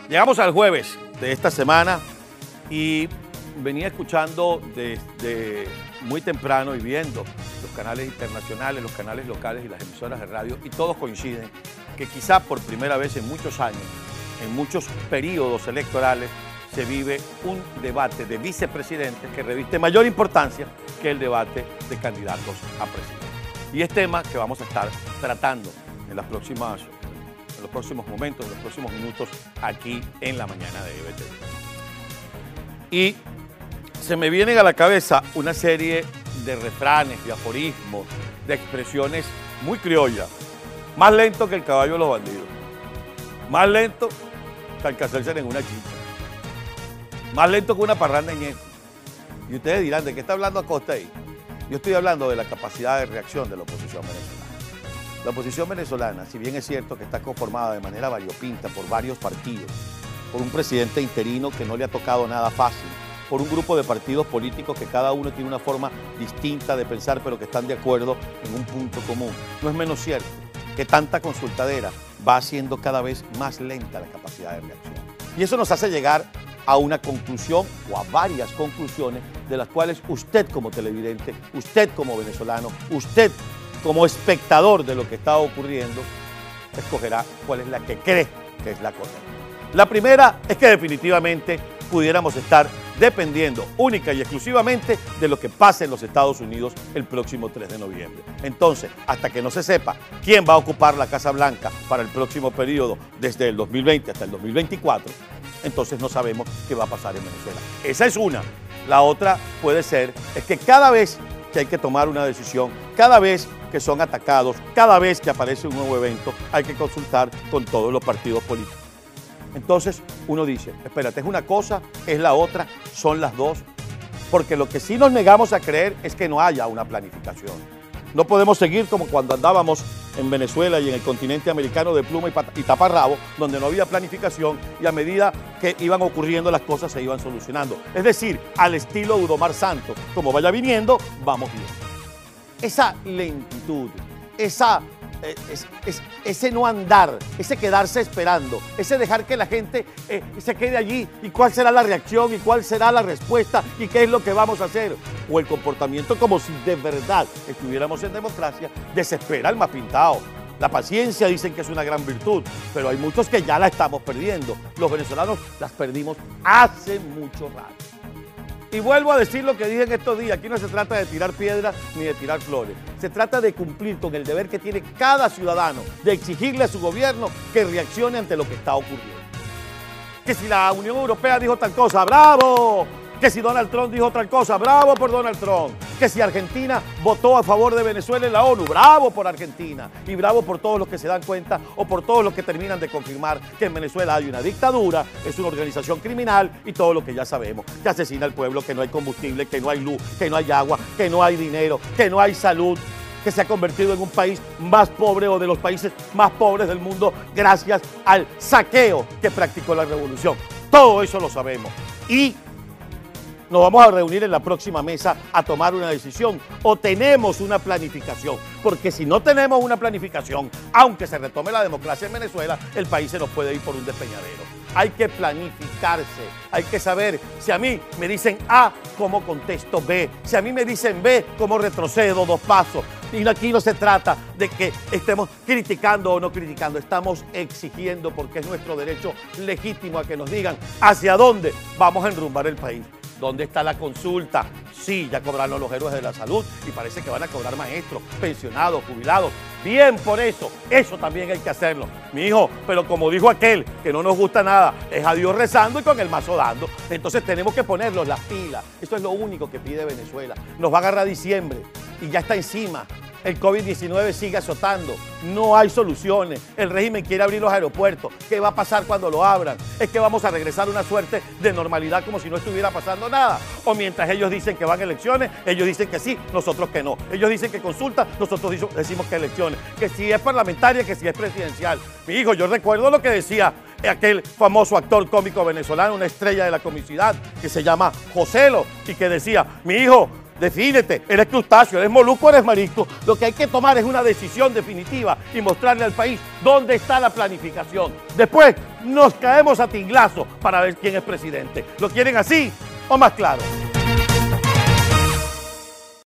Llegamos al jueves de esta semana y venía escuchando desde muy temprano y viendo los canales internacionales, los canales locales y las emisoras de radio, y todos coinciden que quizá por primera vez en muchos años, en muchos periodos electorales, se vive un debate de vicepresidentes que reviste mayor importancia que el debate de candidatos a presidente. Y es tema que vamos a estar tratando en los próximos momentos, en los próximos minutos, aquí en la mañana de EBT. Y se me vienen a la cabeza una serie de refranes, de aforismos, de expresiones muy criollas. Más lento que el caballo de los bandidos. Más lento que alcanzarse en una chicha. Más lento que una parranda en esto. Y ustedes dirán, ¿de qué está hablando Acosta ahí? Yo estoy hablando de la capacidad de reacción de la oposición venezolana. La oposición venezolana, si bien es cierto que está conformada de manera variopinta por varios partidos, por un presidente interino que no le ha tocado nada fácil, por un grupo de partidos políticos que cada uno tiene una forma distinta de pensar, pero que están de acuerdo en un punto común, no es menos cierto que tanta consultadera va haciendo cada vez más lenta la capacidad de reacción. Y eso nos hace llegar a una conclusión o a varias conclusiones de las cuales usted como televidente, usted como venezolano, usted como espectador de lo que está ocurriendo, escogerá cuál es la que cree que es la correcta. La primera es que definitivamente pudiéramos estar dependiendo única y exclusivamente de lo que pase en los Estados Unidos el próximo 3 de noviembre. Entonces, hasta que no se sepa quién va a ocupar la Casa Blanca para el próximo periodo, desde el 2020 hasta el 2024, entonces no sabemos qué va a pasar en Venezuela. Esa es una. La otra puede ser es que cada vez que hay que tomar una decisión, cada vez que son atacados, cada vez que aparece un nuevo evento, hay que consultar con todos los partidos políticos. Entonces uno dice, espérate, es una cosa, es la otra, son las dos, porque lo que sí nos negamos a creer es que no haya una planificación. No podemos seguir como cuando andábamos en Venezuela y en el continente americano de pluma y taparrabo, donde no había planificación y a medida que iban ocurriendo las cosas se iban solucionando. Es decir, al estilo Udomar Santos, como vaya viniendo, vamos bien. Esa lentitud, ese no andar, ese quedarse esperando, ese dejar que la gente se quede allí y cuál será la reacción y cuál será la respuesta y qué es lo que vamos a hacer, o el comportamiento como si de verdad estuviéramos en democracia, desespera al más pintado. La paciencia dicen que es una gran virtud, pero hay muchos que ya la estamos perdiendo. Los venezolanos las perdimos hace mucho rato. Y vuelvo a decir lo que dije en estos días, aquí no se trata de tirar piedras ni de tirar flores, se trata de cumplir con el deber que tiene cada ciudadano, de exigirle a su gobierno que reaccione ante lo que está ocurriendo. Que si la Unión Europea dijo tal cosa, ¡bravo! Que si Donald Trump dijo tal cosa, ¡bravo por Donald Trump! Que si Argentina votó a favor de Venezuela en la ONU, ¡bravo por Argentina! Y bravo por todos los que se dan cuenta o por todos los que terminan de confirmar que en Venezuela hay una dictadura, es una organización criminal y todo lo que ya sabemos, que asesina al pueblo, que no hay combustible, que no hay luz, que no hay agua, que no hay dinero, que no hay salud, que se ha convertido en un país más pobre o de los países más pobres del mundo gracias al saqueo que practicó la revolución. Todo eso lo sabemos. Y nos vamos a reunir en la próxima mesa a tomar una decisión o tenemos una planificación, porque si no tenemos una planificación, aunque se retome la democracia en Venezuela, el país se nos puede ir por un despeñadero. Hay que planificarse, hay que saber, si a mí me dicen A, ¿cómo contesto B? Si a mí me dicen B, ¿cómo retrocedo 2 pasos? Y aquí no se trata de que estemos criticando o no criticando, estamos exigiendo, porque es nuestro derecho legítimo a que nos digan hacia dónde vamos a enrumbar el país. ¿Dónde está la consulta? Sí, ya cobraron los héroes de la salud y parece que van a cobrar maestros, pensionados, jubilados. Bien por eso también hay que hacerlo. Mi hijo, pero como dijo aquel, que no nos gusta nada, es a Dios rezando y con el mazo dando. Entonces tenemos que ponernos las pilas. Eso es lo único que pide Venezuela. Nos va a agarrar diciembre y ya está encima. El COVID-19 sigue azotando, no hay soluciones, el régimen quiere abrir los aeropuertos, ¿qué va a pasar cuando lo abran? ¿Es que vamos a regresar a una suerte de normalidad como si no estuviera pasando nada? O mientras ellos dicen que van a elecciones, ellos dicen que sí, nosotros que no. Ellos dicen que consulta, nosotros decimos que elecciones, que si es parlamentaria, que si es presidencial. Mi hijo, yo recuerdo lo que decía aquel famoso actor cómico venezolano, una estrella de la comicidad, que se llama Joselo, y que decía, mi hijo, Defínete, ¿eres crustáceo, eres molusco, eres marisco? Lo que hay que tomar es una decisión definitiva y mostrarle al país dónde está la planificación. Después nos caemos a tinglazo para ver quién es presidente. ¿Lo quieren así o más claro?